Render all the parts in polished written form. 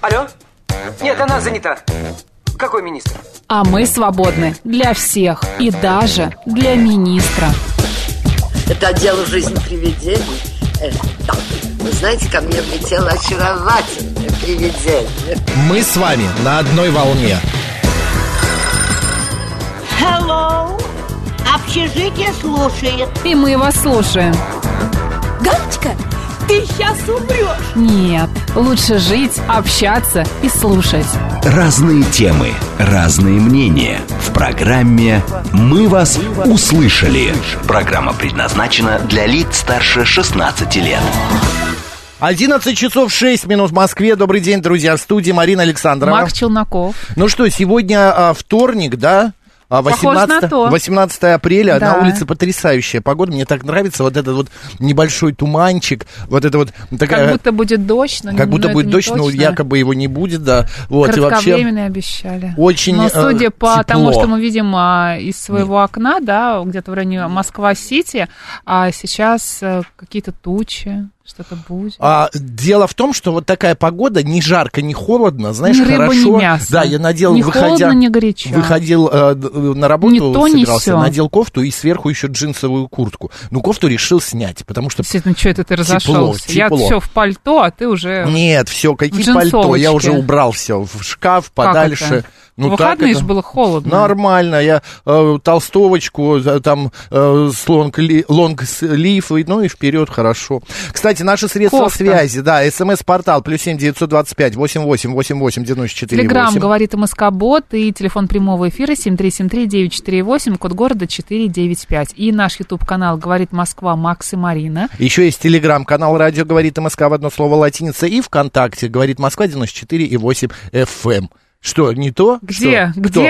Алло? Нет, она занята. Какой министр? А мы свободны для всех и даже для министра. Это отдел «Жизнь привидений». Вы знаете, ко мне влетело очаровательное привидение. Мы с вами на одной волне. Hello! Общежитие слушает. И мы вас слушаем. Галочка, ты сейчас умрешь. Нет, лучше жить, общаться и слушать. Разные темы, разные мнения. В программе «Мы вас услышали». Программа предназначена для лиц старше 16 лет. 11 часов 6 минут в Москве. Добрый день, друзья. В студии Марина Александрова. Марк Челноков. Ну что, сегодня вторник, да? 18 апреля, да. На улице потрясающая погода. Мне так нравится вот этот вот небольшой туманчик. Вот это вот такая... Как будто будет дождь, но как будто будет дождь, но якобы его не будет, да. Вот, кратковременно обещали. Очень но судя по тепло. тому, что мы видим из своего окна, да, где-то в районе Москва-Сити, а сейчас какие-то тучи. Что-то будет. Дело в том, что вот такая погода, не жарко, не холодно, знаешь, ни рыба, хорошо. Ни мясо. Да, я надел, ни холодно, ни горячо. Выходил на работу, ни то, собирался, ни сё. надел кофту и сверху еще джинсовую куртку. Ну, кофту решил снять, потому что действительно, что это ты разошелся? Я все в пальто, а ты уже... Нет, все, какие пальто? Я уже убрал все в шкаф, подальше. Ну, в выходные же было холодно. Нормально, я толстовочку, там с лонг-слив, ну и вперед, хорошо. Кстати, наши средства связи, да, СМС-портал, +7 925 88 88 94 Телеграм говорит МСК-бот и телефон прямого эфира 7373-948, код города 495. И наш YouTube-канал «Говорит Москва» Макс и Марина. Еще есть телеграм-канал «Радио говорит МСК» в одно слово латиница и ВКонтакте «Говорит Москва» 94,8 FM. Что, не то? Где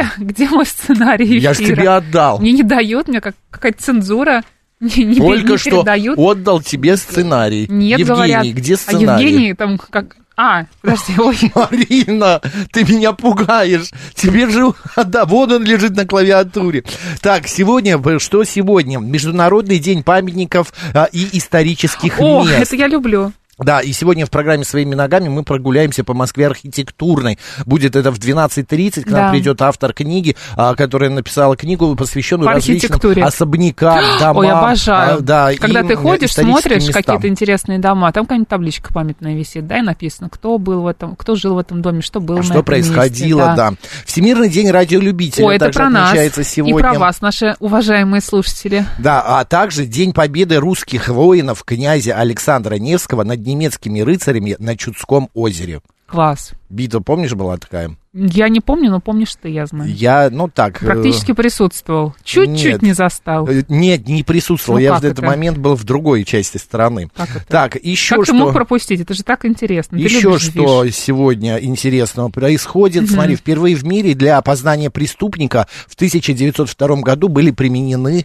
мой сценарий эфира? Я ж тебе отдал. Мне не дают, мне какая-то цензура. Только что передают. Отдал тебе сценарий. Нет, Евгений, говорят. где сценарий? А Евгений там как... подожди, ой. Марина, ты меня пугаешь. Тебе же... Да, вот он лежит на клавиатуре. Так, сегодня, что сегодня? Международный день памятников и исторических мест. Это я люблю. Да, и сегодня в программе «Своими ногами» мы прогуляемся по Москве архитектурной. Будет это в 12:30, к нам придет автор книги, которая написала книгу, посвященную различным особнякам, домам. Ой, обожаю. Да, когда ты ходишь, смотришь какие-то интересные дома, там какая-нибудь табличка памятная висит, да, и написано, кто жил в этом доме, что было на этом месте. Что происходило, да. Всемирный день радиолюбителя. Ой, это про нас сегодня. И про вас, наши уважаемые слушатели. Да, а также День победы русских воинов князя Александра Невского над немецкими рыцарями на Чудском озере. Класс. Битва, помнишь, была такая? Я не помню, но помню, что я знаю. Так... Практически присутствовал. Чуть-чуть не застал. Нет, не присутствовал. Я в этот момент был в другой части страны. Как это? Так, еще как что... ты мог пропустить? Это же так интересно. Еще что сегодня интересного происходит. Смотри, впервые в мире для опознания преступника в 1902 году были применена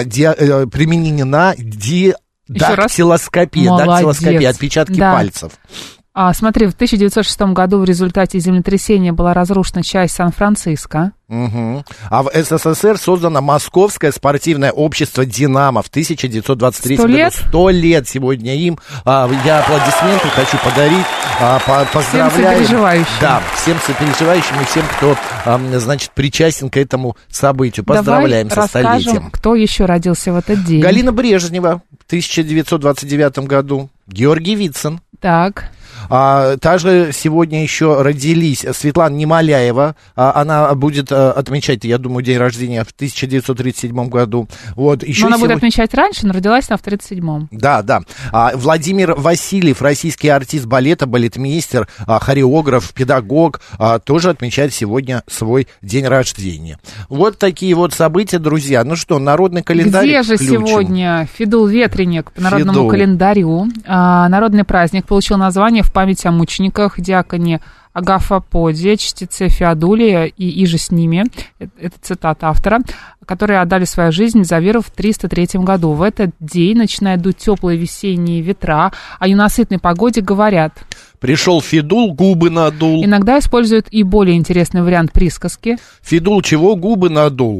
дактилоскопия, отпечатки пальцев. Смотри, в 1906 году в результате землетрясения была разрушена часть Сан-Франциско. Угу. А в СССР создано Московское спортивное общество «Динамо» в 1923 году. 100 лет сегодня им. Я аплодисменты хочу подарить. Поздравляю. Всем сопереживающим. Да, всем сопереживающим и всем, кто, причастен к этому событию. Поздравляем. Давай со столетием. Расскажем, кто еще родился в этот день. Галина Брежнева в 1929 году. Георгий Вицин. Так. Также сегодня еще родились Светлана Немоляева. Она будет отмечать, я думаю, день рождения в 1937 году. Вот, еще но она будет отмечать раньше, но родилась она в 1937. Да. Владимир Васильев, российский артист балета, балетмейстер, хореограф, педагог, тоже отмечает сегодня свой день рождения. Вот такие вот события, друзья. Ну что, народный календарь Где же включим. Сегодня Фидул-Ветреник по народному календарю? Народный праздник получил название в память о мучениках, диаконе Агафоподе, чтеце Феодулия и иже с ними, это цитата автора, которые отдали свою жизнь за веру в 303 году. В этот день начинают дуть теплые весенние ветра, о ненасытной погоде говорят: пришел Фидул, губы надул. Иногда используют и более интересный вариант присказки. Фидул чего? Губы надул.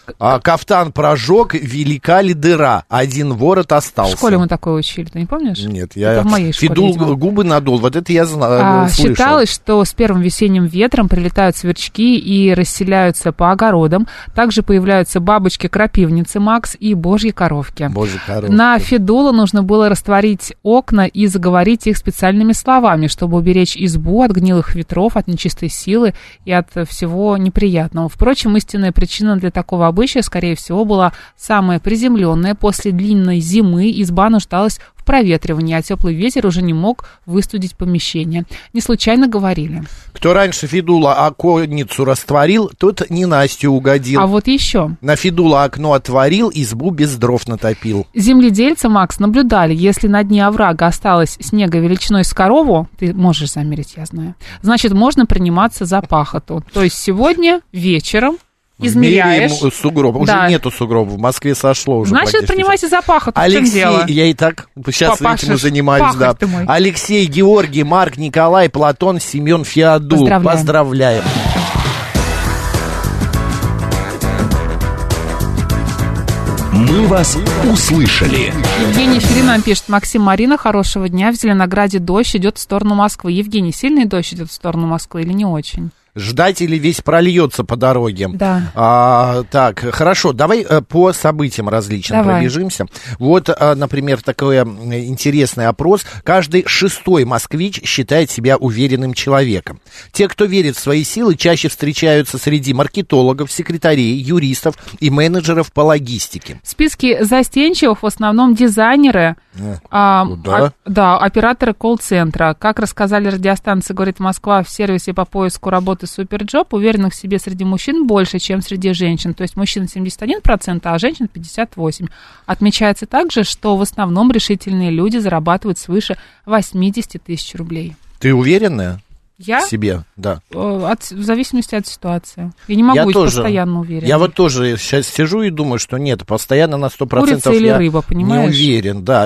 Кафтан прожег, велика ли дыра, один ворот остался. В школе мы такое учили, ты не помнишь? Нет, это в моей школе, Федул губы надул, вот это я слышал. Считалось, что с первым весенним ветром прилетают сверчки и расселяются по огородам. Также появляются бабочки-крапивницы, Макс, и божьи коровки. На Федула нужно было растворить окна и заговорить их специальными словами, чтобы уберечь избу от гнилых ветров, от нечистой силы и от всего неприятного. Впрочем, истинная причина для такого обычая, скорее всего, была самая приземленная. После длинной зимы изба нуждалась в проветривании, а теплый ветер уже не мог выстудить помещение. Не случайно говорили. Кто раньше Федула оконницу растворил, тот не Настю угодил. А вот еще. На Федула окно отворил, избу без дров натопил. Земледельцы, Макс, наблюдали, если на дне оврага осталось снега величиной с корову, ты можешь замерить, я знаю, значит, можно приниматься за пахоту. То есть сегодня вечером измеряешь. Сугроб. Уже нету сугроба. В Москве сошло уже. Значит, принимайте за пахоту. Алексей, я и так сейчас этим занимаюсь, да. Алексей, Георгий, Марк, Николай, Платон, Семен, Феодул. Поздравляем. Мы вас услышали. Евгений Филин пишет: Максим, Марина, хорошего дня. В Зеленограде дождь идет в сторону Москвы. Евгений, сильный дождь идет в сторону Москвы или не очень? Ждать или весь прольется по дороге? Да. Так, хорошо, давай по событиям различным пробежимся. Вот, например, такой интересный опрос. Каждый 6-й москвич считает себя уверенным человеком. Те, кто верит в свои силы, чаще встречаются среди маркетологов, секретарей, юристов и менеджеров по логистике. В списке застенчивых в основном дизайнеры, операторы колл-центра. Как рассказали радиостанции «Говорит Москва» в сервисе по поиску работы Суперджоп, уверенных в себе среди мужчин больше, чем среди женщин. То есть мужчин 71%, а женщин 58%. Отмечается также, что в основном решительные люди зарабатывают свыше 80 тысяч рублей. Ты уверенная? Я? В себе, да. В зависимости от ситуации. Я не могу быть постоянно уверенной. Я вот тоже сейчас сижу и думаю, что нет, постоянно на 100% Курица или рыба, понимаешь? Не уверен, да.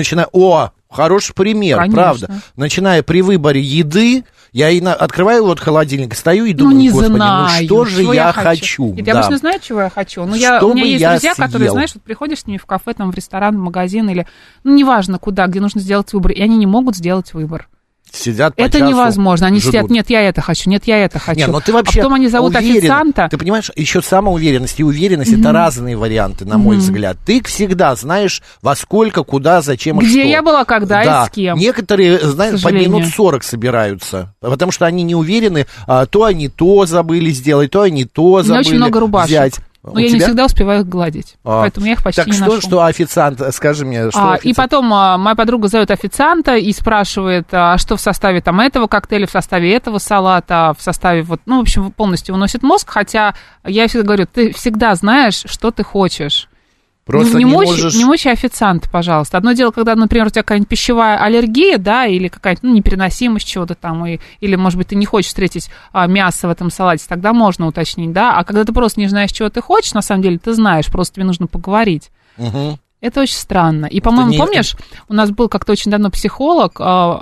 Хороший пример, конечно. Правда. Начиная при выборе еды, я открываю вот холодильник, стою и думаю, господи, что же я хочу? Я обычно знаю, чего я хочу. Но у меня есть друзья, которые, знаешь, вот приходишь с ними в кафе, там, в ресторан, в магазин или, неважно куда, где нужно сделать выбор, и они не могут сделать выбор. Сидят по это часу, невозможно. Они ждут. сидят, нет, я это хочу, нет, я это хочу. Нет, но ты вообще потом они зовут официанта. Ты понимаешь, еще самоуверенность и уверенность это разные варианты, на мой взгляд. Ты всегда знаешь, во сколько, куда, зачем и что. Где я была, когда и с кем. Некоторые, знаешь, по минут 40 собираются, потому что они не уверены, то они то забыли сделать, то они то забыли очень много рубашек. Взять. Но я не всегда успеваю их гладить, поэтому я их почти не ношу. Так что официант, скажи мне, что официант? И потом моя подруга зовет официанта и спрашивает, что в составе там этого коктейля, в составе этого салата, в составе в общем, полностью выносит мозг, хотя я всегда говорю, ты всегда знаешь, что ты хочешь. Просто не мучай официанта, пожалуйста. Одно дело, когда, например, у тебя какая-нибудь пищевая аллергия, да, или какая-то непереносимость чего-то там, или, может быть, ты не хочешь встретить мясо в этом салате, тогда можно уточнить, да. А когда ты просто не знаешь, чего ты хочешь, на самом деле ты знаешь, просто тебе нужно поговорить. Угу. Это очень странно. И, по-моему, помнишь, у нас был как-то очень давно психолог,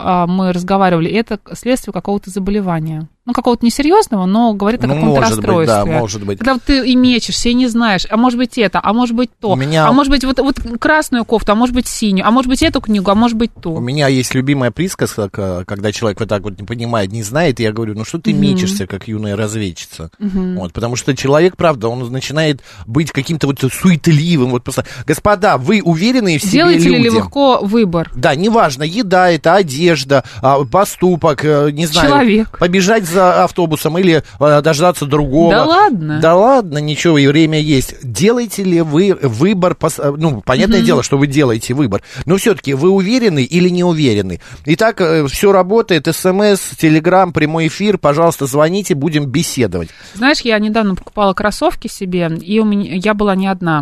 мы разговаривали, это следствие какого-то заболевания. Какого-то несерьезного, но говорит о каком-то расстройстве. Быть, да, может быть. Когда ты и мечешься, и не знаешь, а может быть это, а может быть то, а может быть вот красную кофту, а может быть синюю, а может быть эту книгу, а может быть ту. У меня есть любимая присказка, когда человек вот так вот не понимает, не знает, и я говорю, что ты мечешься, как юная разведчица. Вот, потому что человек, правда, он начинает быть каким-то вот суетливым. Вот просто. Господа, вы уверенные в себе делаете люди? Ли легко выбор? Да, неважно, еда это, одежда, поступок, не знаю. Человек. Побежать за автобусом или дождаться другого. Да ладно? Да ладно, ничего, и время есть. Делаете ли вы выбор? Понятное дело, что вы делаете выбор, но все-таки вы уверены или не уверены? Итак, все работает, СМС, Телеграм, прямой эфир, пожалуйста, звоните, будем беседовать. Знаешь, я недавно покупала кроссовки себе, и я была не одна.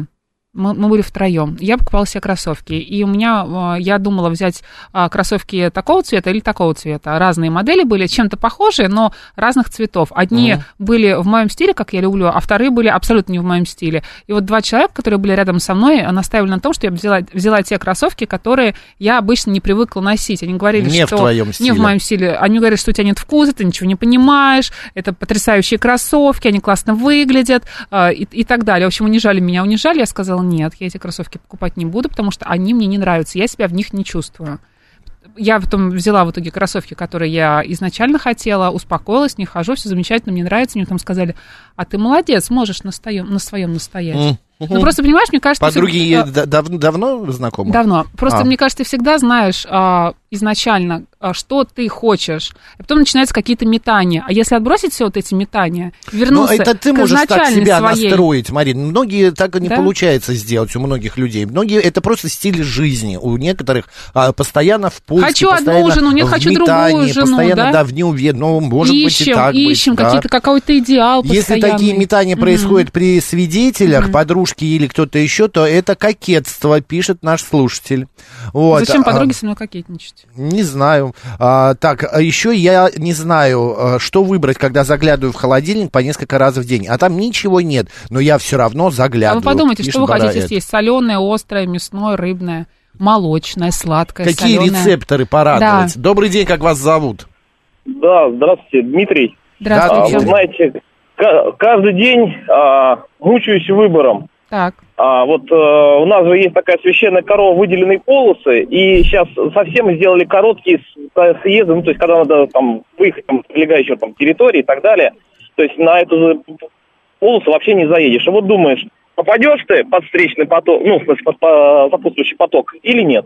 Мы были втроем. Я покупала себе кроссовки. И у меня, я думала взять кроссовки такого цвета или такого цвета. Разные модели были, чем-то похожие, но разных цветов. Одни были в моем стиле, как я люблю, а вторые были абсолютно не в моем стиле. И вот 2 человека, которые были рядом со мной, настаивали на том, что я взяла те кроссовки, которые я обычно не привыкла носить. Они говорили, не что... в твоем стиле. Не в моем стиле. Они говорят, что у тебя нет вкуса, ты ничего не понимаешь, это потрясающие кроссовки, они классно выглядят и так далее. В общем, унижали меня. Я сказала, нет, я эти кроссовки покупать не буду, потому что они мне не нравятся, я себя в них не чувствую. Я потом взяла в итоге кроссовки, которые я изначально хотела, успокоилась, не хожу, все замечательно, мне нравится. Мне там сказали, а ты молодец, можешь на своем настоять. Ну, просто, понимаешь, мне кажется... Подруги давно знакомы? Давно. Просто, мне кажется, ты всегда знаешь изначально, что ты хочешь. И потом начинаются какие-то метания. А если отбросить все вот эти метания, вернуться к изначальной своей... это ты можешь так себя настроить, Марина. Многие так и не получается сделать, у многих людей. Многие, это просто стиль жизни. У некоторых постоянно в поиске, хочу одну жену, нет, хочу другую жену, постоянно, да, в неуверенности. Ну, может быть, и так ищем быть. Какой-то идеал постоянный. Если такие метания происходят при свидетелях, подружке или кто-то еще, то это кокетство, пишет наш слушатель. Вот. Зачем подруге со мной кокетничать? Не знаю. Так, еще я не знаю, что выбрать, когда заглядываю в холодильник по несколько раз в день. А там ничего нет, но я все равно заглядываю. А вы подумайте, что вы хотите съесть? Соленое, острое, мясное, рыбное, молочное, сладкое, какие соленое. Рецепторы порадовать? Да. Добрый день, как вас зовут? Да, здравствуйте, Дмитрий. Здравствуйте. Вы знаете, каждый день мучаюсь выбором. Так. У нас же есть такая священная корова выделенной полосы, и сейчас совсем сделали короткие съезды, ну, то есть, когда надо там выехать там, с прилегающей там территории и так далее, то есть, на эту же полосу вообще не заедешь. И вот думаешь, попадешь ты под встречный поток, ну, под сопутствующий поток или нет?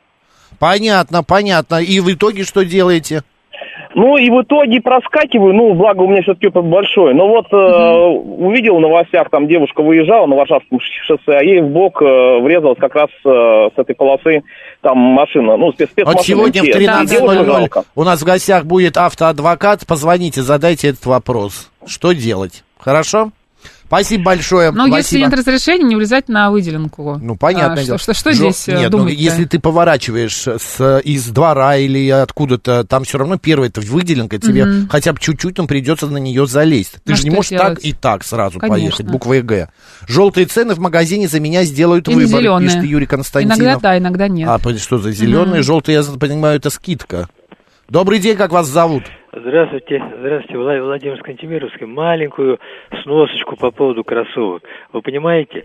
Понятно. И в итоге что делаете? Ну, и в итоге проскакиваю, ну, благо у меня все-таки опыт большой. Но вот увидел в новостях, там девушка выезжала на Варшавском шоссе, а ей в бок врезалась как раз с этой полосы там машина, ну, спецмашина. Вот сегодня в 13:00 у нас в гостях будет автоадвокат. Позвоните, задайте этот вопрос. Что делать? Хорошо? Спасибо большое. Ну, если нет разрешения, не влезать на выделенку. Ну, понятно. Что здесь нет, думать? Если ты поворачиваешь из двора или откуда-то, там все равно первая это выделенка, тебе хотя бы чуть-чуть придется на нее залезть. Ты же не можешь так и так сразу поехать, буквой Г. Желтые цены в магазине за меня сделают или выбор, зеленые. пишет Юрий Константинов. Иногда да, иногда нет. А что за зеленые? Желтые, я понимаю, это скидка. Добрый день, как вас зовут? Здравствуйте, Владимир Скантемировский. Маленькую сносочку по поводу кроссовок. Вы понимаете,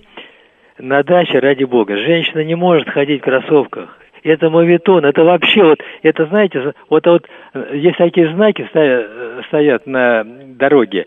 на даче, ради бога, женщина не может ходить в кроссовках. Это моветон, это вообще вот, это знаете, вот есть такие знаки стоят на дороге,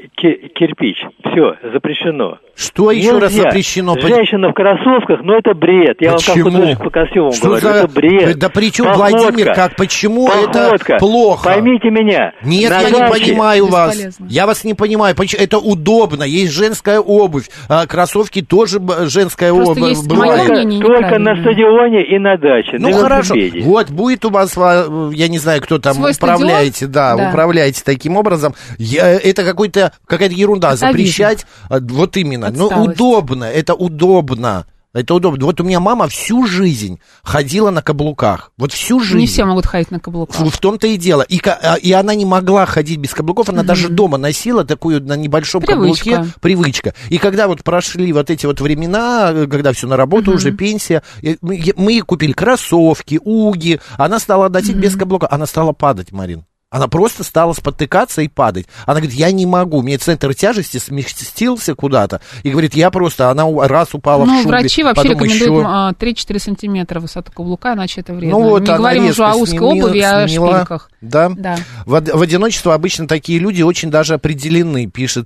кирпич, все, запрещено. Что еще раз запрещено? Женщина в кроссовках, ну это бред. Я почему? вам как по костюмам говорю, это бред. Да при чем, Владимир, почему это плохо? Поймите меня. Нет, я не понимаю вас. Я вас не понимаю. Это удобно, есть женская обувь. Кроссовки тоже женская обувь бывает. Только на стадионе и на даче. Ну хорошо, вот будет у вас, я не знаю, кто там управляете, управляете таким образом. Это какая-то ерунда, запрещать, вот именно. Ну, удобно, это удобно. Это удобно. Вот у меня мама всю жизнь ходила на каблуках. Вот всю жизнь. Не все могут ходить на каблуках. В том-то и дело. И она не могла ходить без каблуков. Она даже дома носила такую на небольшом каблуке. Привычка. И когда вот прошли вот эти вот времена, когда все на работу, уже пенсия, мы купили кроссовки, уги. Она стала носить без каблука. Она стала падать, Марин. Она просто стала спотыкаться и падать. Она говорит, я не могу, у меня центр тяжести сместился куда-то. И говорит, она раз упала в шубе. Ну, врачи вообще рекомендуют 3-4 сантиметра высоту каблука, иначе это вредно. Ну, вот не говорим уже о узкой обуви, а о шпильках. Да. В одиночество обычно такие люди очень даже определены, пишет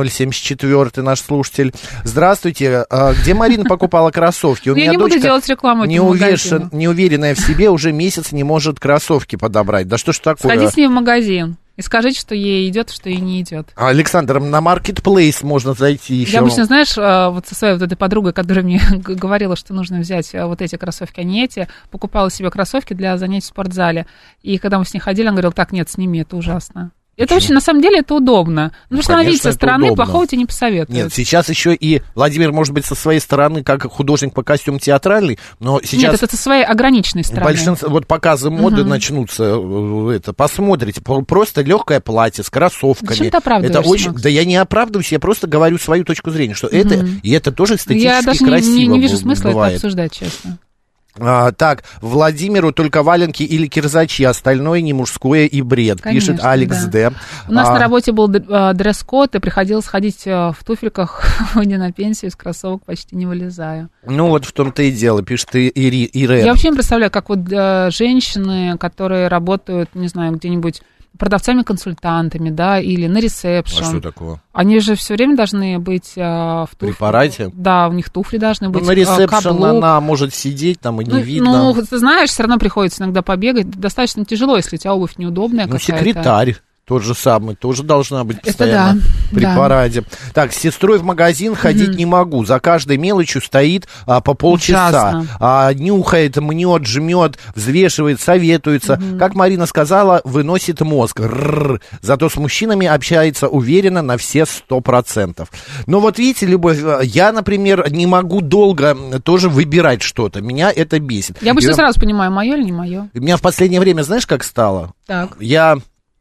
074 наш слушатель. Здравствуйте, где Марина покупала кроссовки? У меня не буду делать рекламу этому магазину. Неуверенная в себе, уже месяц не может кроссовки подобрать. Да что ж такое? Сходи с ней в магазин и скажите, что ей идет, что ей не идет. Александр, на Marketplace можно зайти еще. Я обычно, знаешь, вот со своей вот этой подругой, которая мне говорила, что нужно взять вот эти кроссовки, а не эти, покупала себе кроссовки для занятий в спортзале. И когда мы с ней ходили, она говорила, так, нет, сними, это ужасно. Это очень, на самом деле, это удобно. Потому что она видит со стороны, удобно. плохого тебе не посоветует. Нет, сейчас еще и Владимир, может быть, со своей стороны, как художник по костюму театральный, но сейчас... Нет, это со своей ограниченной стороны. Большинство, вот показы моды начнутся, посмотрите, просто легкое платье с кроссовками. Зачем ты оправдываешься, это очень, Макс? да я не оправдываюсь, я просто говорю свою точку зрения, что это, и это тоже эстетически Я даже красиво не вижу смысла бывает. это обсуждать, честно. Так, Владимиру только валенки или кирзачи, остальное не мужское и бред, Конечно, пишет Алекс Д. У нас на работе был дресс-код, и приходилось ходить в туфельках, выйдя на пенсию, из кроссовок почти не вылезаю. Ну вот в том-то и дело, пишет Ирен. Я вообще не представляю, как вот женщины, которые работают, не знаю, где-нибудь продавцами-консультантами, да, или на ресепшн. А что такого? Они же все время должны быть в туфлях. При параде? Да, у них туфли должны быть. На ресепшн каблук. она может сидеть, там и не видно. Ну, ты знаешь, все равно приходится иногда побегать. Достаточно тяжело, если у тебя обувь неудобная какая-то. Секретарь. Тот же самый, тоже должна быть постоянно при параде. Так, с сестрой в магазин ходить не могу. За каждой мелочью стоит по полчаса. Нюхает, мнет, жмет, взвешивает, советуется. Как Марина сказала, выносит мозг. Зато с мужчинами общается уверенно на все 100%. Но вот видите, Любовь, я, например, не могу долго тоже выбирать что-то. Меня это бесит. Я обычно сразу понимаю, мое или не мое. У меня в последнее время, знаешь, как стало? Так. Я...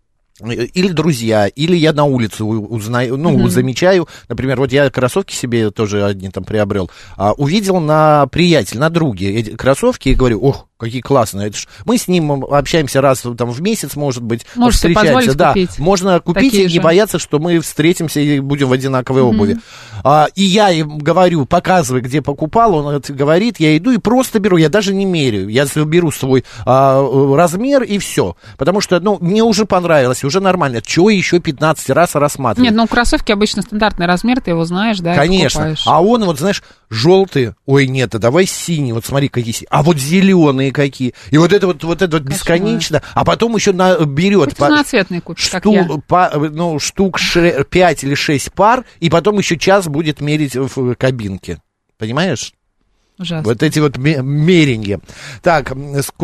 Или друзья, или я на улице узнаю, замечаю, например, вот я кроссовки себе тоже одни там приобрел, увидел на приятеля, на друге эти кроссовки и говорю, ох, какие классные, это ж... мы с ним общаемся раз там в месяц, может быть, можете встречаемся, да, купить. можно купить и не бояться, что мы встретимся и будем в одинаковой обуви. И я им говорю, показывай, где покупал, он говорит, я иду и просто беру, я даже не меряю, я беру свой размер и все, потому что, мне уже понравилось, уже нормально. Чего еще 15 раз рассматривать? Нет, кроссовки обычно стандартный размер, ты его знаешь, да? Конечно. А он, вот знаешь, желтые. Ой, нет, а давай синие. Вот смотри, какие синие. А вот зеленые какие. И вот это вот бесконечно. А потом еще берет. Разноцветные купишь, как я. Штук 5 или 6 пар, и потом еще час будет мерить в кабинке. Понимаешь? Ужасно. Вот эти вот меренья. Так.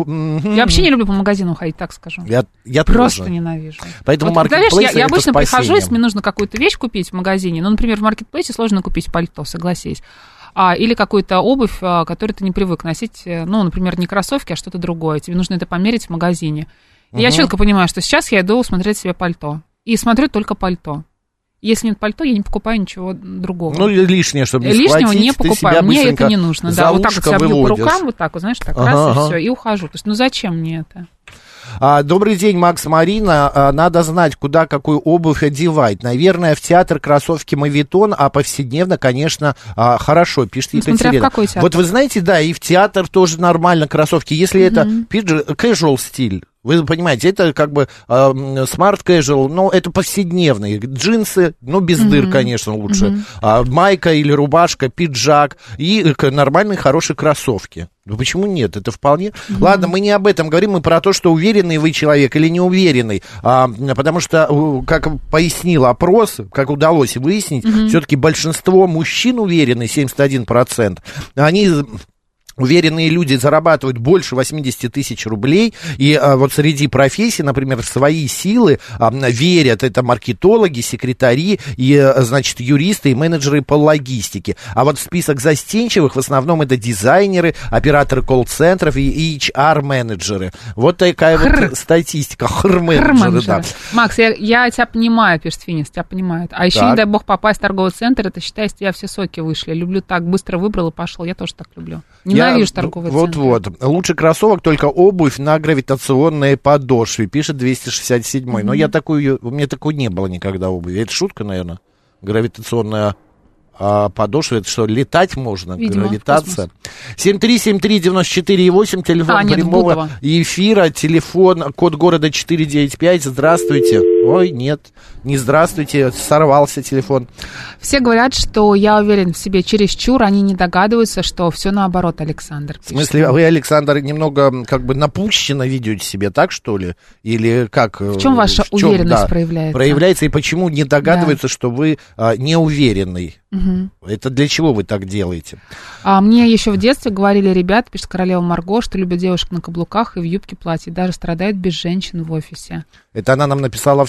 Я вообще не люблю по магазину ходить, так скажу. Я просто тоже ненавижу. Поэтому вот, маркетплейс я обычно прихожу, если мне нужно какую-то вещь купить в магазине. Например, в маркетплейсе сложно купить пальто, согласись. Или какую-то обувь, которую ты не привык носить. Например, не кроссовки, а что-то другое. Тебе нужно это померить в магазине. И я четко понимаю, что сейчас я иду смотреть себе пальто. И смотрю только пальто. Если нет пальто, я не покупаю ничего другого. Лишнее, чтобы не лишнего схватить, не покупаю. Мне это не нужно. Да, вот так вот себя бью по рукам, вот так вот, знаешь, так раз и все, и ухожу. То есть, зачем мне это? Добрый день, Макс, Марина. Надо знать, куда какую обувь одевать. Наверное, в театр кроссовки мавитон, а повседневно, конечно, хорошо, пишет Екатерина. Смотря в какой театр. Вот вы знаете, да, и в театр тоже нормально кроссовки. Если это casual стиль, вы понимаете, это как бы smart casual, но это повседневные. Джинсы, без дыр, конечно, лучше. Майка или рубашка, пиджак и нормальные хорошие кроссовки. Ну почему нет? Это вполне... Ладно, мы не об этом говорим, мы про то, что уверенный вы человек или неуверенный. Потому что, как пояснил опрос, как удалось выяснить, все-таки большинство мужчин уверены, 71%, они... Уверенные люди зарабатывают больше 80 тысяч рублей, и вот среди профессий, например, в свои силы верят это маркетологи, секретари, и, значит, юристы и менеджеры по логистике. А вот список застенчивых в основном это дизайнеры, операторы колл-центров и HR-менеджеры. Вот такая вот статистика. Хр-менеджеры, да. Макс, я тебя понимаю, пишет Финис, тебя понимают. А еще, не дай бог, попасть в торговый центр, это, считай, из тебя все соки вышли. Люблю так, быстро выбрал и пошел. Я тоже так люблю. Ненавижу торговый центр. Вот. Лучше кроссовок, только обувь на гравитационной подошве, пишет 267-й. Но у меня такой не было никогда обуви. Это шутка, наверное? Гравитационная подошва, это что, летать можно? Видимо, гравитация. 7373948, телефон прямого эфира, телефон, код города 495. Здравствуйте. Ой, нет, не здравствуйте, сорвался телефон. Все говорят, что я уверен в себе чересчур, они не догадываются, что все наоборот, Александр. В смысле, вы, Александр, немного как бы напущенно ведете себя, так что ли? Или как? В чем ваша уверенность проявляется? Проявляется, и почему не догадываются, что вы неуверенный? Это для чего вы так делаете? Мне еще в детстве говорили ребята, пишет королева Марго, что любят девушек на каблуках и в юбке платье, даже страдают без женщин в офисе. Это она нам написала в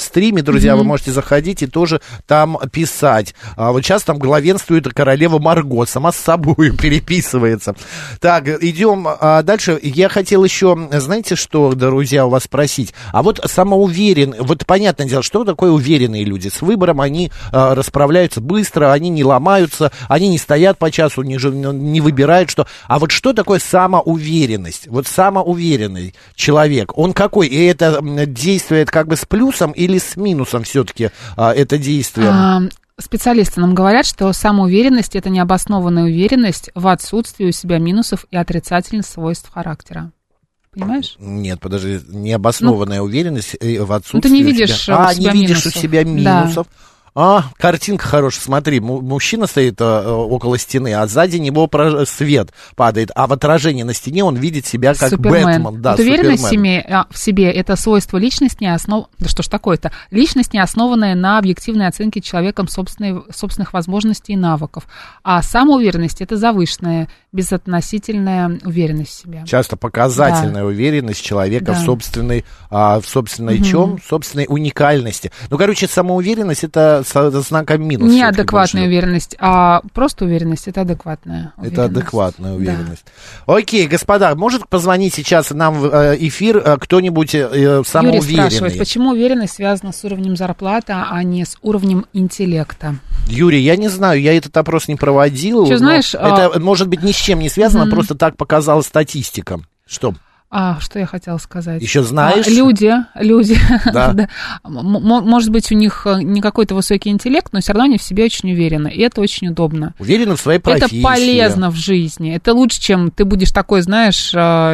стриме, друзья, вы можете заходить и тоже там писать. Вот сейчас там главенствует королева Марго, сама с собой переписывается. Так, идем дальше. Я хотел еще, знаете, что, друзья, у вас спросить? А вот самоуверенные, вот понятное дело, что такое уверенные люди? С выбором они расправляются быстро, они не ломаются, они не стоят по часу, не выбирают что. А вот что такое самоуверенность? Вот самоуверенный человек, он какой? И это действует как бы с плюсом или с минусом все-таки это действие? Специалисты нам говорят, что самоуверенность – это необоснованная уверенность в отсутствии у себя минусов и отрицательных свойств характера. Понимаешь? Нет, подожди, необоснованная уверенность в отсутствии ты не видишь у себя минусов. Картинка хорошая, смотри, мужчина стоит около стены, а сзади него свет падает, а в отражении на стене он видит себя как Супермен. Бэтмен. Да, вот уверенность в себе – это свойство личности, да что ж такое-то? Личность, не основанная на объективной оценке человеком собственных возможностей и навыков. А самоуверенность – это завышенная, безотносительная уверенность в себе. Часто показательная уверенность человека в собственной чем? Собственной уникальности. Ну, короче, самоуверенность – это знаком минус. Не адекватная уверенность, а просто уверенность – это адекватная уверенность. Это адекватная уверенность. Да. Окей, господа, может позвонить сейчас нам в эфир кто-нибудь самоуверенный? Юрий спрашивает, почему уверенность связана с уровнем зарплаты, а не с уровнем интеллекта? Юрий, я не знаю, я этот опрос не проводил. Что, знаешь, это, может быть, ни с чем не связано, просто так показала статистика. Что? Что я хотела сказать? Еще знаешь? Люди, да. Да. Может быть, у них не какой-то высокий интеллект, но все равно они в себе очень уверены, и это очень удобно. Уверены в своей профессии. Это полезно в жизни, это лучше, чем ты будешь такой, знаешь,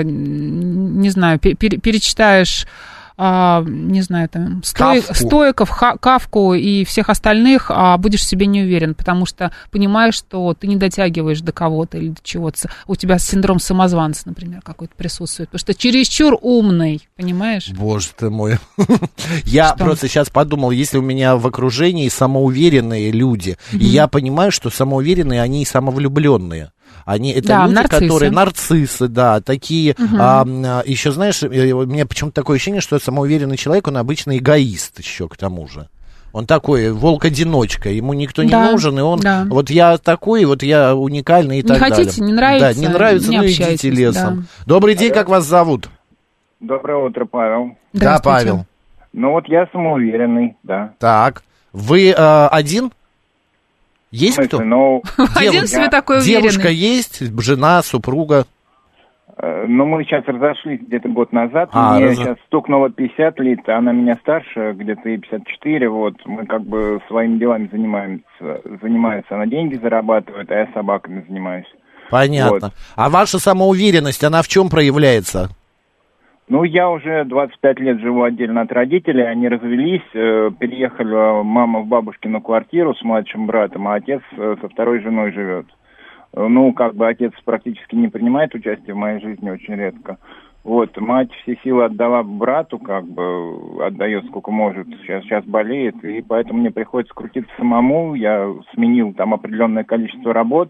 не знаю, перечитаешь... не знаю, там, стоиков, Кафку и всех остальных, будешь в себе не уверен, потому что понимаешь, что ты не дотягиваешь до кого-то или до чего-то. У тебя синдром самозванца, например, какой-то присутствует, потому что чересчур умный, понимаешь? Боже ты мой. Я просто сейчас подумал, если у меня в окружении самоуверенные люди, и я понимаю, что самоуверенные, они и самовлюбленные. Это люди, которые нарциссы, да, такие. Еще, знаешь, у меня почему-то такое ощущение, что самоуверенный человек, он обычно эгоист еще к тому же. Он такой волк-одиночка, ему никто не нужен, и он, вот я такой, вот я уникальный и так далее. Не хотите, не нравится? Да, не нравится, ну идите лесом. Да. Добрый день, как вас зовут? Доброе утро, Павел. Да, Павел. Ну вот я самоуверенный, да. Так, вы один? Есть кто? Один себе такой уверенный. Девушка есть, жена, супруга? Ну, мы сейчас разошлись где-то год назад. Мне сейчас стукнуло 50 лет, она меня старше, где-то и 54. Вот, мы как бы своими делами занимается. Она деньги зарабатывает, а я собаками занимаюсь. Понятно. Вот. А ваша самоуверенность, она в чем проявляется? Ну, я уже 25 лет живу отдельно от родителей, они развелись, переехали мама в бабушкину квартиру с младшим братом, а отец со второй женой живет. Ну, как бы отец практически не принимает участие в моей жизни, очень редко. Вот, мать все силы отдала брату, как бы отдает сколько может, сейчас болеет, и поэтому мне приходится крутиться самому, я сменил там определенное количество работ,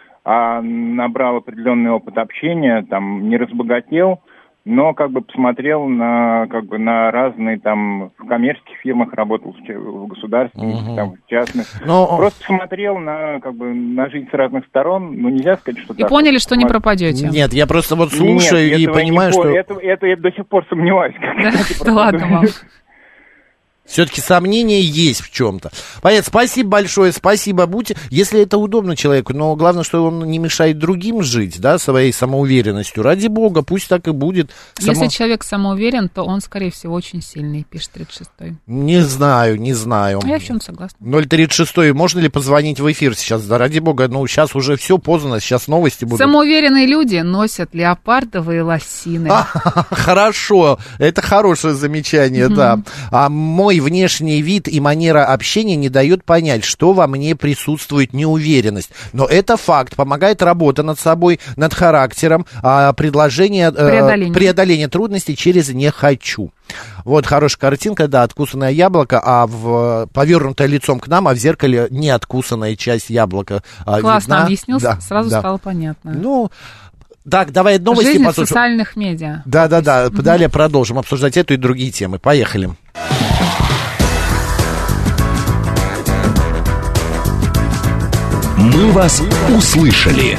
набрал определенный опыт общения, там не разбогател, но как бы посмотрел на разные там в коммерческих фирмах работал, в государственных, там в частных. Просто посмотрел на жизнь с разных сторон. Ну нельзя сказать, что. И поняли, что не пропадете. Нет, я просто вот слушаю и понимаю, что. Это я до сих пор сомневаюсь. Да ладно вам. Все-таки сомнения есть в чем-то. Понятно, спасибо большое, спасибо. Если это удобно человеку, но главное, что он не мешает другим жить, да, своей самоуверенностью. Ради бога, пусть так и будет. Если человек самоуверен, то он, скорее всего, очень сильный, пишет 36-й. Не знаю. Я в чем-то согласна. 036-й, можно ли позвонить в эфир сейчас? Да, ради бога, сейчас уже все поздно, сейчас новости будут. Самоуверенные люди носят леопардовые лосины. Хорошо, это хорошее замечание, да. А мой внешний вид и манера общения не дают понять, что во мне присутствует неуверенность. Но это факт. Помогает работа над собой, над характером, преодоление трудностей через «не хочу». Вот хорошая картинка, да, откусанное яблоко, повернутое лицом к нам, а в зеркале не откусанная часть яблока. Классно объяснил, сразу стало понятно. Ну, так, давай новости послушаем. Жизнь в социальных медиа. Да. Далее продолжим обсуждать эту и другие темы. Поехали. Мы вас услышали.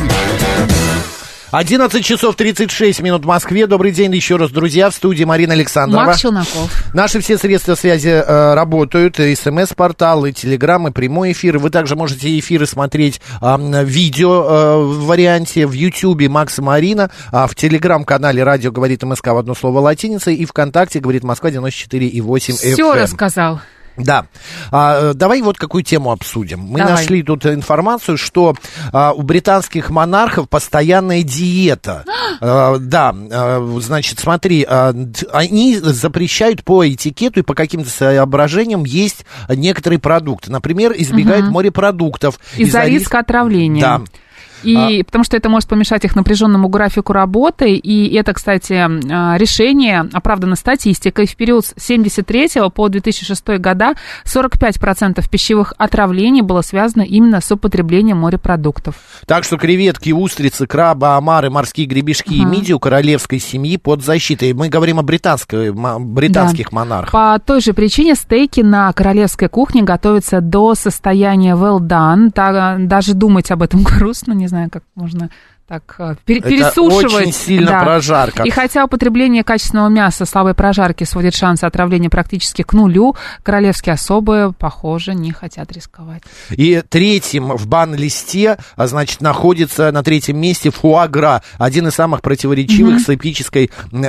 11 часов 36 минут в Москве. Добрый день еще раз, друзья. В студии Марина Александрова. Марк Челноков. Наши все средства связи работают. СМС-портал, и Телеграм, и прямой эфир. Вы также можете эфиры смотреть видео в варианте в Ютьюбе Макс и Марина, в Телеграм-канале «Радио говорит МСК» в одно слово латиницей, и ВКонтакте «Говорит Москва» 94,8 FM. Все рассказал. Да. Давай вот какую тему обсудим. Мы нашли тут информацию, что у британских монархов постоянная диета. Да, значит, смотри, они запрещают по этикету и по каким-то соображениям есть некоторые продукты. Например, избегают морепродуктов. Из-за риска отравления. Да. И потому что это может помешать их напряженному графику работы. И это, кстати, решение оправдано статистикой. В период с 1973 по 2006 года 45% пищевых отравлений было связано именно с употреблением морепродуктов. Так что креветки, устрицы, крабы, омары, морские гребешки и мидии у королевской семьи под защитой. Мы говорим о британских монархах. По той же причине стейки на королевской кухне готовятся до состояния well done. Даже думать об этом грустно, не знаю, как можно так пересушивать. Это очень сильно прожарка. И хотя употребление качественного мяса слабой прожарки сводит шансы отравления практически к нулю, королевские особы, похоже, не хотят рисковать. И третьим в бан-листе, значит, находится на третьем месте фуагра, один из самых противоречивых с этической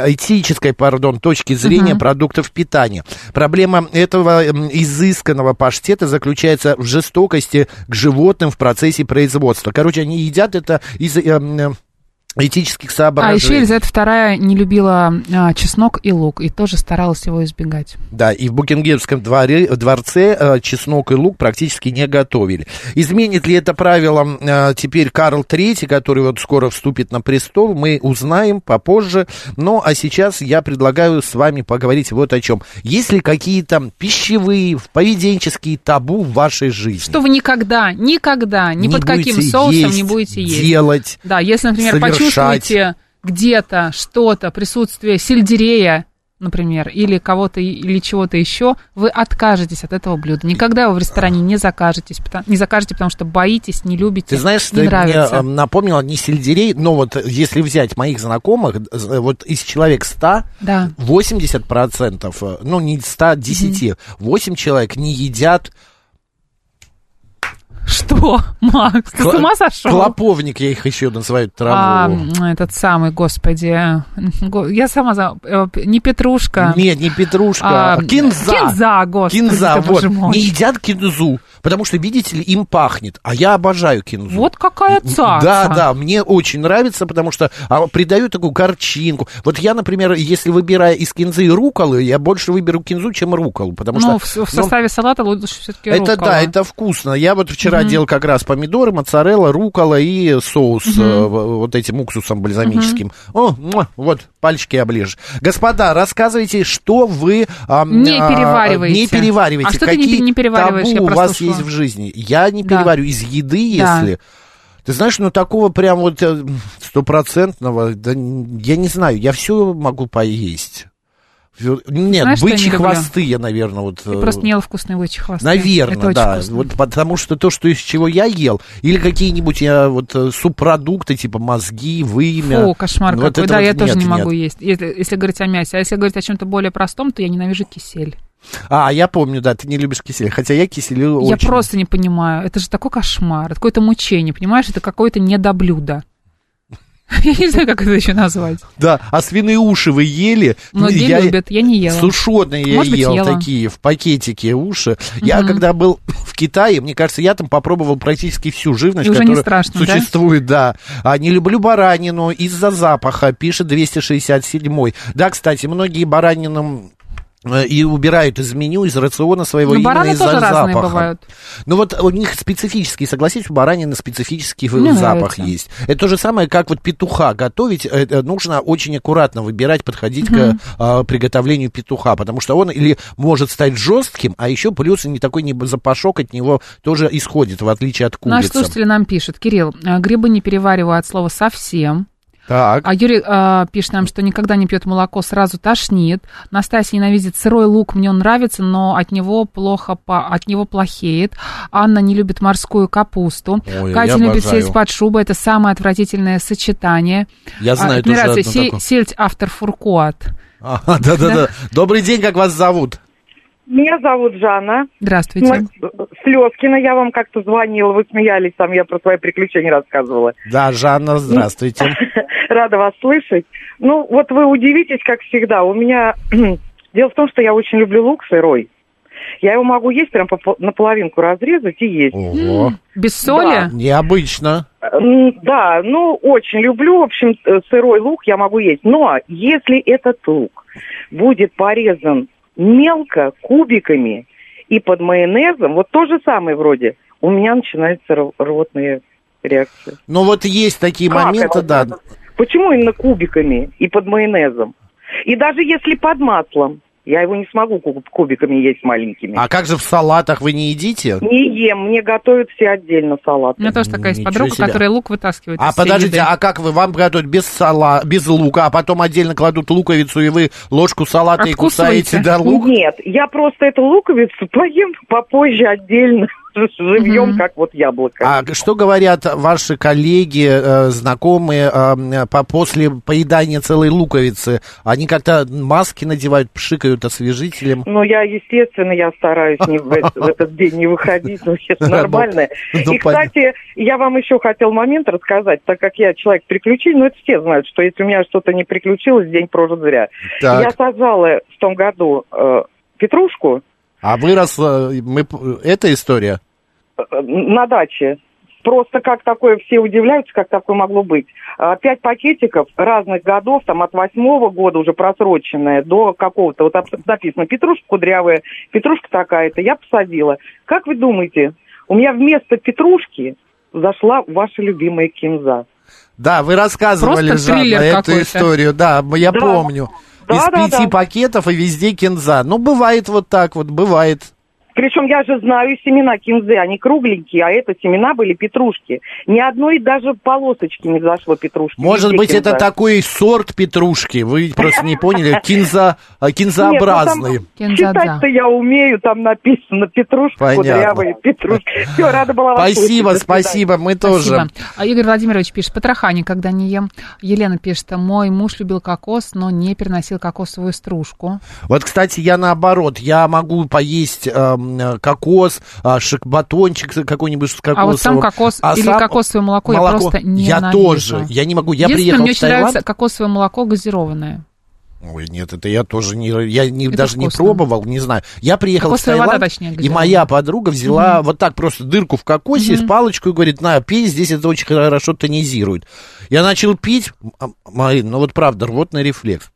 точки зрения продуктов питания. Проблема этого изысканного паштета заключается в жестокости к животным в процессе производства. Короче, они едят это из этических соображений. А еще Елизавета II не любила чеснок и лук, и тоже старалась его избегать. Да, и в Букингемском дворце чеснок и лук практически не готовили. Изменит ли это правило теперь Карл III, который вот скоро вступит на престол, мы узнаем попозже. Ну, а сейчас я предлагаю с вами поговорить вот о чем. Есть ли какие-то пищевые, поведенческие табу в вашей жизни? Что вы никогда, ни под каким соусом не будете есть. Делать, да, если, например, почувствуете где-то что-то, присутствие сельдерея, например, или кого-то, или чего-то еще, вы откажетесь от этого блюда. Никогда его в ресторане не закажете, потому что боитесь, не любите, ты знаешь, не нравится. Мне напомнила не сельдерей, но вот если взять моих знакомых, вот из человек 100, 80%, ну не 100, 10, 8 человек не едят. Что, Макс, ты с ума сошел? Клоповник, я их еще называю, траву. Этот самый, господи, я сама не петрушка. Нет, не петрушка, кинза. Кинза, господи, кинза, вот, мой. Не едят кинзу, потому что, видите ли, им пахнет, а я обожаю кинзу. Вот какая цаца. Да, мне очень нравится, потому что придаю такую горчинку. Вот я, например, если выбираю из кинзы рукколы, я больше выберу кинзу, чем рукколу, потому что... в составе салата лучше все-таки руккола. Это да, это вкусно. Я вот вчера делал как раз помидоры, моцарелла, руккола и соус вот этим уксусом бальзамическим. Вот, пальчики оближешь. Господа, рассказывайте, что вы не перевариваете. Не перевариваете. А что ты не перевариваешь? Табу у вас есть в жизни? Я не перевариваю. Из еды, если... Ты знаешь, такого прям вот стопроцентного, да, я не знаю, я все могу поесть. Нет, знаешь, бычьи хвосты я, наверное, вот... Ты просто не ел вкусные бычьи хвосты. Наверное, да. Вот потому что то, из чего я ел, или какие-нибудь субпродукты, типа мозги, вымя. Фу, кошмар какой. Вот да, я тоже не могу есть, если говорить о мясе. А если говорить о чем-то более простом, то я ненавижу кисель. Я помню, да, ты не любишь кисель, хотя я киселю очень. Я просто не понимаю, это же такой кошмар, это какое-то мучение, понимаешь, это какое-то недоблюдо. Я не знаю, как это еще назвать. Да, а свиные уши вы ели? Многие любят, я не ела. Сушеные я ел такие, в пакетике уши. Я когда был в Китае, мне кажется, я там попробовал практически всю живность, которая существует, да. Не люблю баранину из-за запаха, пишет 267-й. Да, кстати, многие баранину... и убирают из меню, из рациона своего именно из-за запаха. Разные бывают. Ну вот у них специфический, согласитесь, у баранины специфический запах есть. Это то же самое, как вот петуха готовить, нужно очень аккуратно выбирать, подходить к приготовлению петуха, потому что он или может стать жестким, а еще плюс не такой запашок от него тоже исходит, в отличие от курицы. Наш слушатель нам пишет: Кирилл, грибы не перевариваю от слова совсем. Так. А Юрий пишет нам, что никогда не пьет молоко, сразу тошнит. Настасья ненавидит сырой лук, мне он нравится, но от него плохеет. Анна не любит морскую капусту. Ой, Катя любит сельдь под шубой, это самое отвратительное сочетание. Я знаю тоже одно такое. Сельдь автор фуркуат. Да. Добрый день, как вас зовут? Меня зовут Жанна. Здравствуйте. Слезкина, я вам как-то звонила, вы смеялись, там я про свои приключения рассказывала. Да, Жанна, здравствуйте. Рада вас слышать. Ну, вот вы удивитесь, как всегда. У меня... Дело в том, что я очень люблю лук сырой. Я его могу есть прям наполовинку разрезать и есть. Ого. Без соли? Да. Необычно. Да, очень люблю. В общем, сырой лук я могу есть. Но если этот лук будет порезан мелко, кубиками и под майонезом, вот то же самое вроде, у меня начинается рвотная реакция. Ну вот есть такие моменты, да. Почему именно кубиками и под майонезом? И даже если под маслом, я его не смогу кубиками есть маленькими. А как же в салатах вы не едите? Не ем, мне готовят все отдельно салаты. У меня тоже такая есть подруга, которая лук вытаскивает из подождите, еды. А как вам готовят без лука, а потом отдельно кладут луковицу, и вы ложку салата и кусаете, да, лук? Нет, я просто эту луковицу поем попозже отдельно. Живьем, как вот яблоко. А что говорят ваши коллеги, знакомые после поедания целой луковицы? Они как-то маски надевают, пшикают освежителем? Ну, я стараюсь в этот день не выходить, это нормально. И, кстати, я вам еще хотел момент рассказать, так как я человек приключений, но это все знают, что если у меня что-то не приключилось, день прожит зря. Так. Я сажала в том году петрушку. А вырос... Это история? На даче. Просто как такое, все удивляются, как такое могло быть. 5 пакетиков разных годов, там от 8-го года уже просроченная до какого-то, вот написано, петрушка кудрявая, петрушка такая-то, я посадила. Как вы думаете, у меня вместо петрушки зашла ваша любимая кинза. Да, вы рассказывали, Жанна, эту историю, да, я помню. Из 5 пакетов и везде кинза. Ну, бывает вот так вот, бывает. Причем я же знаю семена кинзы, они кругленькие, а это семена были петрушки. Ни одной даже полосочки не взошло петрушки. Может быть, это такой сорт петрушки, вы просто не поняли, кинзообразный. Читать-то я умею, там написано петрушка, кудрявая петрушка. Все, рада была вас слышать. Спасибо, мы тоже. Игорь Владимирович пишет, потроха никогда не ем. Елена пишет, мой муж любил кокос, но не переносил кокосовую стружку. Вот, кстати, я наоборот, я могу поесть... кокос, батончик какой-нибудь с кокосовым. А вот сам кокос кокосовое молоко я просто ненавижу. Я тоже, я не могу. Я приехал в Таиланд. Мне очень нравится кокосовое молоко газированное. Ой, нет, это я тоже даже не пробовал, не знаю. Я приехал в Таиланд, и моя подруга взяла вот так просто дырку в кокосе с палочкой и говорит, на, пей, здесь это очень хорошо тонизирует. Я начал пить, ну вот правда, рвотный рефлекс.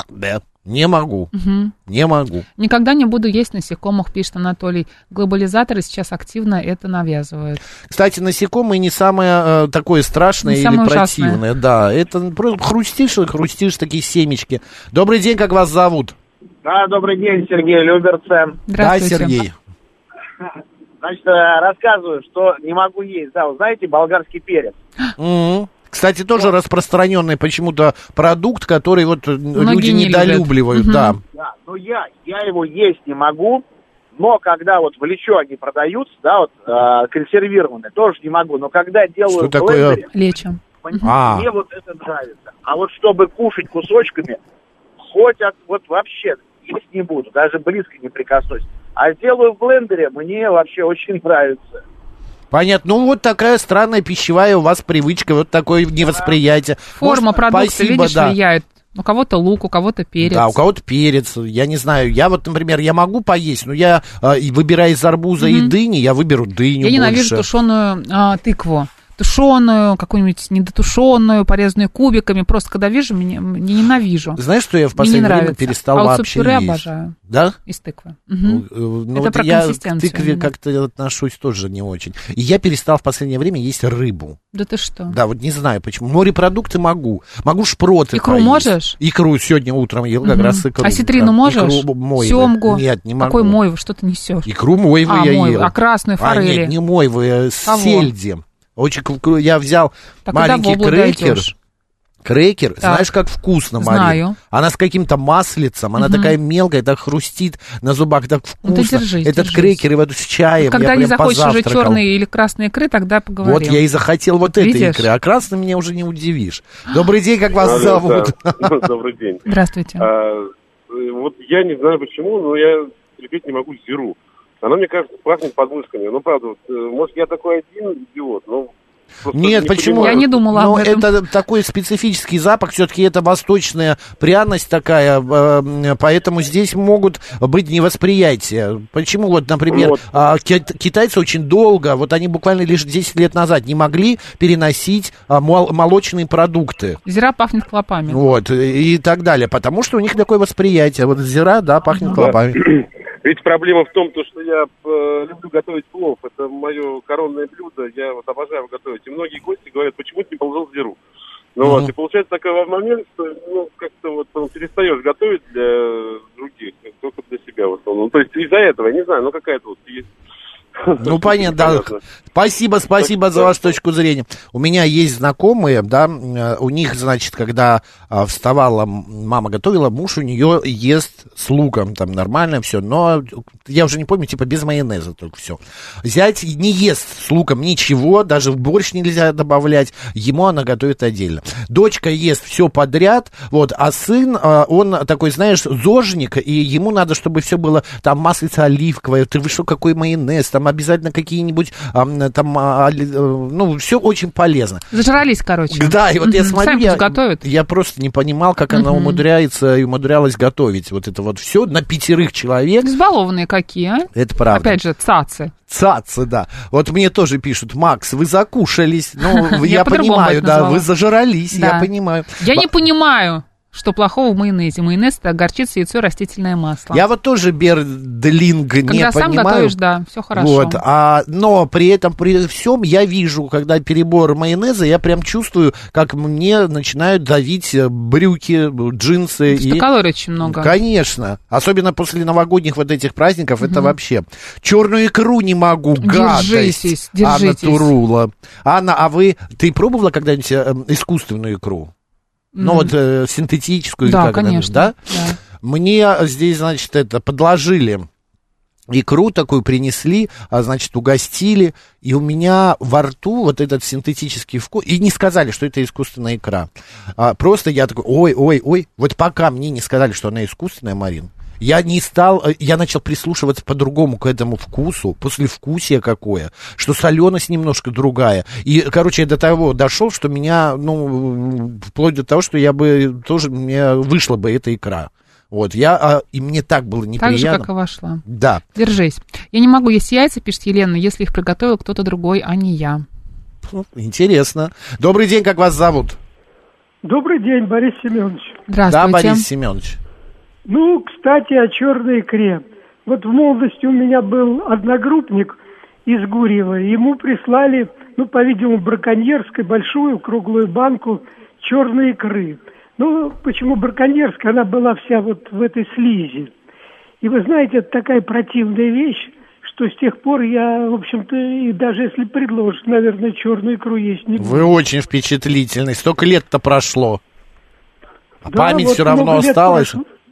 Не могу, не могу. Никогда не буду есть насекомых, пишет Анатолий. Глобализаторы сейчас активно это навязывают. Кстати, насекомые не самое такое страшное или противное. Да, это просто хрустишь такие семечки. Добрый день, как вас зовут? Да, добрый день, Сергей Люберцы. Да, Сергей. Значит, рассказываю, что не могу есть. Да, вы знаете, болгарский перец. Кстати, тоже распространенный почему-то продукт, который вот люди недолюбливают, да. Да, но я его есть не могу, но когда вот в Лечо они продаются, да, вот консервированные, тоже не могу, но когда делаю в блендере, Лечо. Мне вот это нравится. А вот чтобы кушать кусочками, вот вообще есть не буду, даже близко не прикоснусь. А делаю в блендере, мне вообще очень нравится. Понятно. Ну, вот такая странная пищевая у вас привычка, вот такое невосприятие. Форма продукта, видишь, влияет. У кого-то лук, у кого-то перец. Да, у кого-то перец. Я не знаю. Я вот, например, я могу поесть, но я, выбирая из арбуза и дыни, я выберу дыню. Я ненавижу тушеную тыкву. Тушеную, какую-нибудь недотушенную, порезанную кубиками. Просто когда вижу, не ненавижу. Знаешь, что я в последнее время перестал вообще есть? Обожаю. Да? Из тыквы. Ну, это про я консистенцию. К тыкве как-то отношусь тоже не очень. И я перестал в последнее время есть рыбу. Да ты что? Да, вот не знаю почему. Морепродукты могу. Могу шпроты Икру поесть. Можешь? Икру сегодня утром ел как раз икру. А ситрину можешь? Семгу? Нет, не могу. Какой мойвы? Что ты несешь? Икру мойвы я ел. А красную форели? Нет, не мойвы, сельди. Очень я взял так маленький крекер. Крекер, знаешь, как вкусно, Марин? Знаю. Она с каким-то маслицем, она такая мелкая, так хрустит на зубах, так вкусно. Ну, ты держись, Этот крекер и вот с чаем, когда я не прям захочешь уже позавтракал. черные или красные икры, тогда поговорим. Вот я и захотел вот этой икры, а красным меня уже не удивишь. Добрый день, как вас зовут? Добрый день. Здравствуйте. Вот я не знаю почему, но я терпеть не могу зиру. Она, мне кажется, пахнет подмышками. Ну, правда, вот, может, я такой один идиот, но... Нет, почему? Я не думала об этом. Это такой специфический запах, все-таки это восточная пряность такая, поэтому здесь могут быть невосприятия. Почему, вот, например, китайцы очень долго, вот они буквально лишь 10 лет назад не могли переносить молочные продукты. Зира пахнет клопами. Вот, и так далее, потому что у них такое восприятие. Вот зира, да, пахнет клопами. Ведь проблема в том, что я люблю готовить плов. Это мое коронное блюдо. Я вот обожаю готовить. И многие гости говорят, почему ты не положил зиру? Ну вот, и получается такой момент, что как-то вот перестаешь готовить для других, только для себя в основном. То есть из-за этого, я не знаю, какая-то вот есть... Ну, понятно, да. Спасибо за вашу точку зрения. У меня есть знакомые, да, у них, значит, когда вставала, мама готовила, муж у нее ест с луком, там, нормально все, но я уже не помню, типа, без майонеза только все. Зять не ест с луком ничего, даже в борщ нельзя добавлять, ему она готовит отдельно. Дочка ест все подряд, вот, а сын, он такой, знаешь, зожник, и ему надо, чтобы все было, там, маслица оливковое, ты вы что, какой майонез, там, обязательно какие-нибудь, все очень полезно. Зажрались, короче. Да, и вот я смотрю, я просто не понимал, как она умудрялась готовить вот это вот все на 5 человек. Избалованные какие, а? Это правда. Опять же, цацы. Цацы, да. Вот мне тоже пишут, Макс, вы закушались. Ну, я понимаю, да, вы зажрались, я понимаю. Я не понимаю, что плохого в майонезе. Майонез — это горчица, яйцо, растительное масло. Я вот тоже бердлинг не понимаю. Когда сам готовишь, да, все хорошо. Вот, но при этом, при всем, я вижу, когда перебор майонеза, я прям чувствую, как мне начинают давить брюки, джинсы. Калорий очень много. Конечно. Особенно после новогодних вот этих праздников, это вообще. Черную икру не могу, гадость. Держитесь. Анна Турула. Анна, ты пробовала когда-нибудь искусственную икру? Ну, вот синтетическую, да, конечно, да? Мне здесь, значит, подложили икру такую, принесли, значит, угостили, и у меня во рту вот этот синтетический вкус, и не сказали, что это искусственная икра. Просто я такой, ой, вот пока мне не сказали, что она искусственная, Марин, я начал прислушиваться по-другому к этому вкусу, послевкусие какое, что соленость немножко другая. И, короче, я до того дошел, что меня, вплоть до того, что мне вышла бы эта икра. Вот, и мне так было неприятно. Так же, как и вошла. Да. Держись. Я не могу есть яйца, пишет Елена, если их приготовил кто-то другой, а не я. Интересно. Добрый день, как вас зовут? Добрый день, Борис Семенович. Здравствуйте. Да, Борис Семенович. Ну, кстати, о черной икре. Вот в молодости у меня был одногруппник из Гурьева. Ему прислали, по-видимому, браконьерской большую круглую банку черной икры. Ну, почему браконьерская? Она была вся вот в этой слизи. И вы знаете, это такая противная вещь, что с тех пор я, в общем-то, и даже если предложат, наверное, черную икру есть не буду. Вы очень впечатлительный. Столько лет-то прошло. А да, память вот все равно осталась.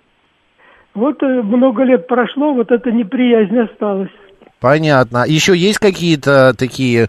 Вот много лет прошло, вот эта неприязнь осталась. Понятно. Еще есть какие-то такие,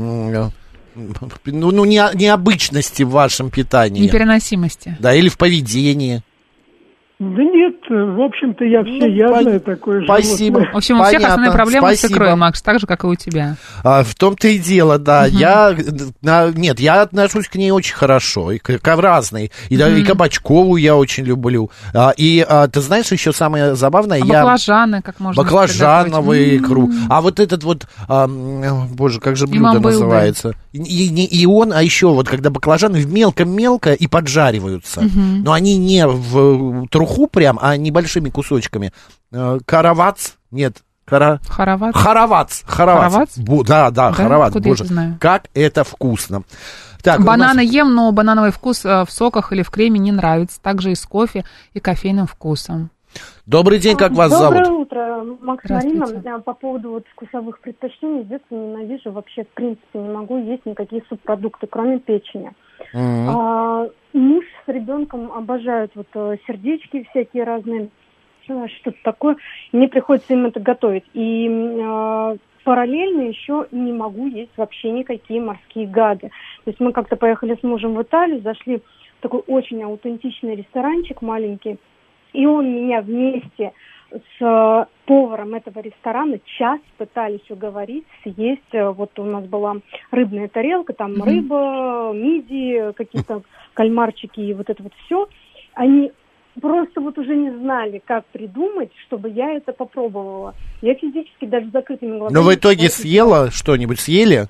необычности в вашем питании? Непереносимости. Да, или в поведении. Да нет, в общем-то, я всеядное такое животное. Спасибо. В общем, у всех основные проблемы с икрой, Макс, так же, как и у тебя. В том-то и дело, да. Я отношусь к ней очень хорошо, и к разной. И кабачковую я очень люблю. И ты знаешь, еще самое забавное... баклажаны, как можно баклажановую икру. А вот этот вот, боже, как же блюдо называется? И он, а еще вот, когда баклажаны мелко-мелко и поджариваются. Но они не в труху прям, а небольшими кусочками. Харавац? Нет. Харавац. Да, харавац. Боже, как это вкусно. Так, бананы ем, но банановый вкус в соках или в креме не нравится. Также и с кофе и кофейным вкусом. Добрый день, как вас зовут? Доброе утро, Макс, Марина. По поводу вкусовых предпочтений, с детства ненавижу, вообще в принципе не могу есть никакие субпродукты, кроме печени. муж с ребенком обожают вот сердечки всякие разные, что-то такое. Мне приходится им это готовить. И параллельно еще не могу есть вообще никакие морские гады. То есть мы как-то поехали с мужем в Италию, зашли в такой очень аутентичный ресторанчик маленький, и он меня вместе с поваром этого ресторана час пытались уговорить съесть. Вот у нас была рыбная тарелка, там рыба, мидии, какие-то кальмарчики и вот это вот все. Они просто вот уже не знали, как придумать, чтобы я это попробовала. Я физически даже с закрытыми глазами... Но в итоге съела что-нибудь? Съели?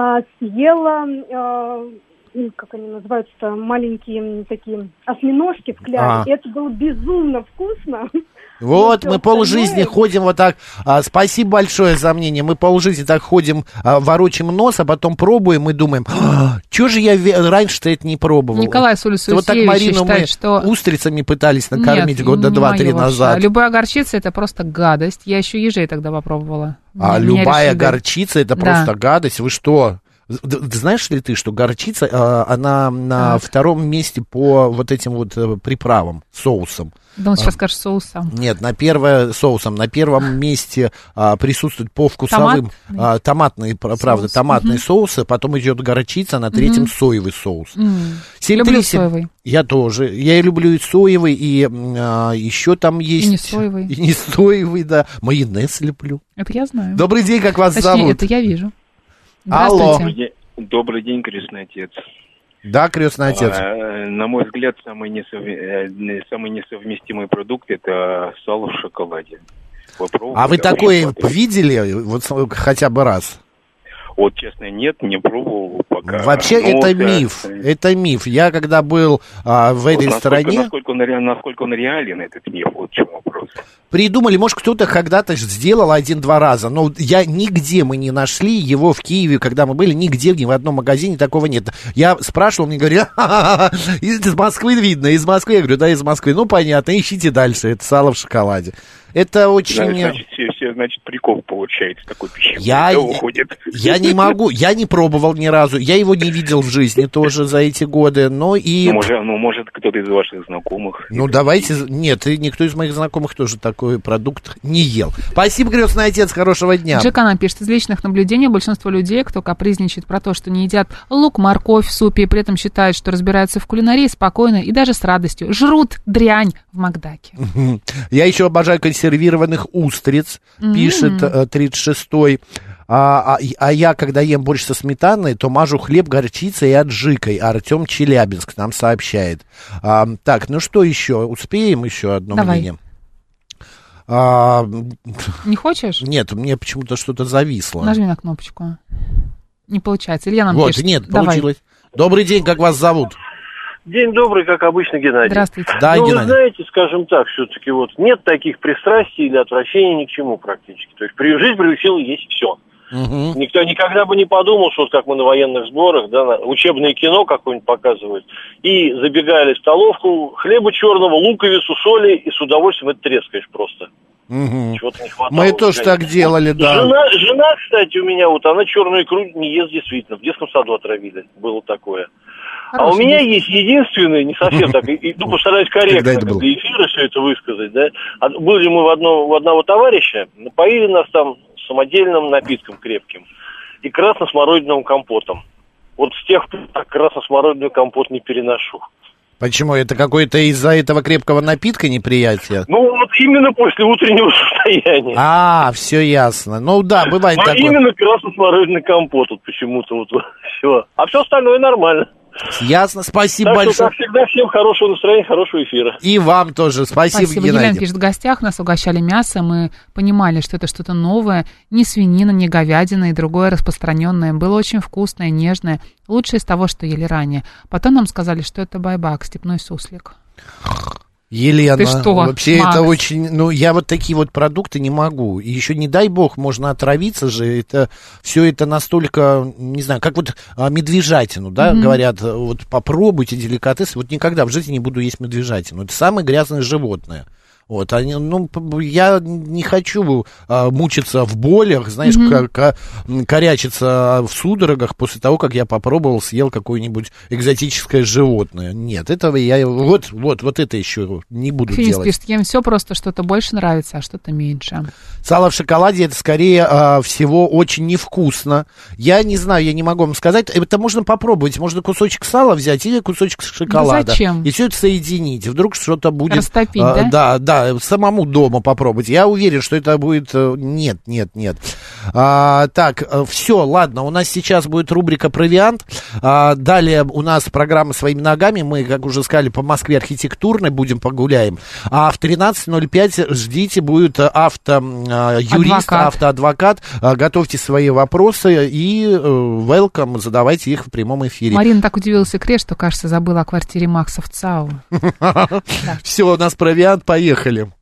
Съела... как они называются, маленькие такие осьминожки в кляре. Это было безумно вкусно. Вот, мы полжизни ходим вот так. Спасибо большое за мнение. Мы полжизни так ходим, ворочим нос, а потом пробуем и думаем, что же я раньше-то это не пробовал. Николай с улицы вот так Марину считает, мы что... устрицами пытались накормить года 2-3 назад. Любая горчица — это просто гадость. Я еще ежей тогда попробовала. Любая горчица — это просто гадость? Вы что? Знаешь ли ты, что горчица, она на втором месте по вот этим вот приправам, соусам? Да, он сейчас скажет соусом. Нет, на соусом. На первом месте присутствует по вкусовым томатные соусы, потом идет горчица, на третьем соевый соус. 7-3-7. Люблю соевый. Я тоже. Я люблю и соевый, и еще там есть... И не соевый. И не соевый, да. Майонез люблю. Это я знаю. Добрый день, как вас зовут? Это я вижу. Алло. Добрый день, крестный отец. Да, крестный отец. На мой взгляд, самый несовместимый продукт — это сало в шоколаде. А вы такое видели вот хотя бы раз? Вот, честно, нет, не пробовал пока. Вообще это миф, это миф. Я когда был в этой стране... Насколько он реален, этот миф, вот в чем вопрос. Придумали, может, кто-то когда-то сделал 1-2 раза, но нигде мы не нашли его в Киеве, когда мы были, нигде, ни в одном магазине такого нет. Я спрашивал, мне говорят, из Москвы видно, из Москвы. Я говорю, да, из Москвы. Ну, понятно, ищите дальше, это сало в шоколаде. Это очень... Значит, прикол получается такой пищевой. Я не могу, я не пробовал ни разу, я его не видел в жизни тоже за эти годы, но и... может, кто-то из ваших знакомых. Давайте... Нет, никто из моих знакомых тоже такой продукт не ел. Спасибо, крестный отец, хорошего дня. Джека нам пишет: из личных наблюдений большинство людей, кто капризничает про то, что не едят лук, морковь в супе, и при этом считают, что разбираются в кулинарии спокойно и даже с радостью, жрут дрянь в Макдаке. Я еще обожаю консервированных устриц, пишет 36-й. А я, когда ем борщ со сметаной, то мажу хлеб горчицей и аджикой. Артем Челябинск нам сообщает. Так, ну что еще? Успеем еще одно мнение? Не хочешь? Нет, мне почему-то что-то зависло. Нажми на кнопочку. Не получается. Илья нам пишет. Нет, получилось. Добрый день, как вас зовут? День добрый, как обычно, Геннадий. Здравствуйте. Да, Геннадий. Вы знаете, скажем так, все-таки вот нет таких пристрастий или отвращений ни к чему практически. То есть жизнь приучила есть все. Никто никогда бы не подумал, что вот как мы на военных сборах, да, учебное кино какое-нибудь показывают, и забегали в столовку, хлеба черного, луковицу, соли, и с удовольствием это трескаешь просто. Чего-то не хватало. Мы тоже так делали, да. Жена, кстати, у меня, вот она черную икру не ест действительно. В детском саду отравили, было такое. А у меня есть единственный, не совсем так, постараюсь корректно для эфира все это высказать, да. Были мы у одного товарища, напоили нас там самодельным напитком крепким и красно-смородиновым компотом. Вот с тех пор красно-смородиновый компот не переношу. Почему? Это какое-то из-за этого крепкого напитка неприятие? Ну, вот именно после утреннего состояния. Все ясно. Ну да, бывает такое. Именно красно-смородиновый компот вот почему-то вот все. А все остальное нормально. Ясно, спасибо большое. Так что, как всегда, всем хорошего настроения, хорошего эфира. И вам тоже, спасибо, Геннадий. Елена пишет: в гостях нас угощали мясом, мы понимали, что это что-то новое, не свинина, не говядина и другое распространенное. Было очень вкусное, нежное, лучшее из того, что ели ранее. Потом нам сказали, что это байбак, степной суслик. Елена, ты что, вообще Макс? Это очень... Ну, я вот такие вот продукты не могу. И еще, не дай бог, можно отравиться же. Это все это настолько, не знаю, как вот медвежатину, да, говорят, вот попробуйте деликатес. Вот никогда в жизни не буду есть медвежатину. Это самое грязное животное. Вот, я не хочу мучиться в болях, знаешь, корячиться в судорогах после того, как я попробовал, съел какое-нибудь экзотическое животное. Нет, этого я вот это еще не буду делать. Финис пишет, ем все, просто что-то больше нравится, а что-то меньше. Сало в шоколаде, это скорее всего очень невкусно. Я не знаю, я не могу вам сказать. Это можно попробовать. Можно кусочек сала взять или кусочек шоколада. Да зачем? И все это соединить. Вдруг что-то будет... Растопить, да, самому дома попробовать. Я уверен, что это будет... Нет. Так, все, ладно. У нас сейчас будет рубрика «Провиант». Далее у нас программа «Своими ногами». Мы, как уже сказали, по Москве архитектурной будем погуляем. А в 13:05 ждите, будет автоюрист, автоадвокат. Готовьте свои вопросы и welcome, задавайте их в прямом эфире. Марина так удивилась икре, что, кажется, забыла о квартире Макса в ЦАУ. Все, у нас провиант, поехали.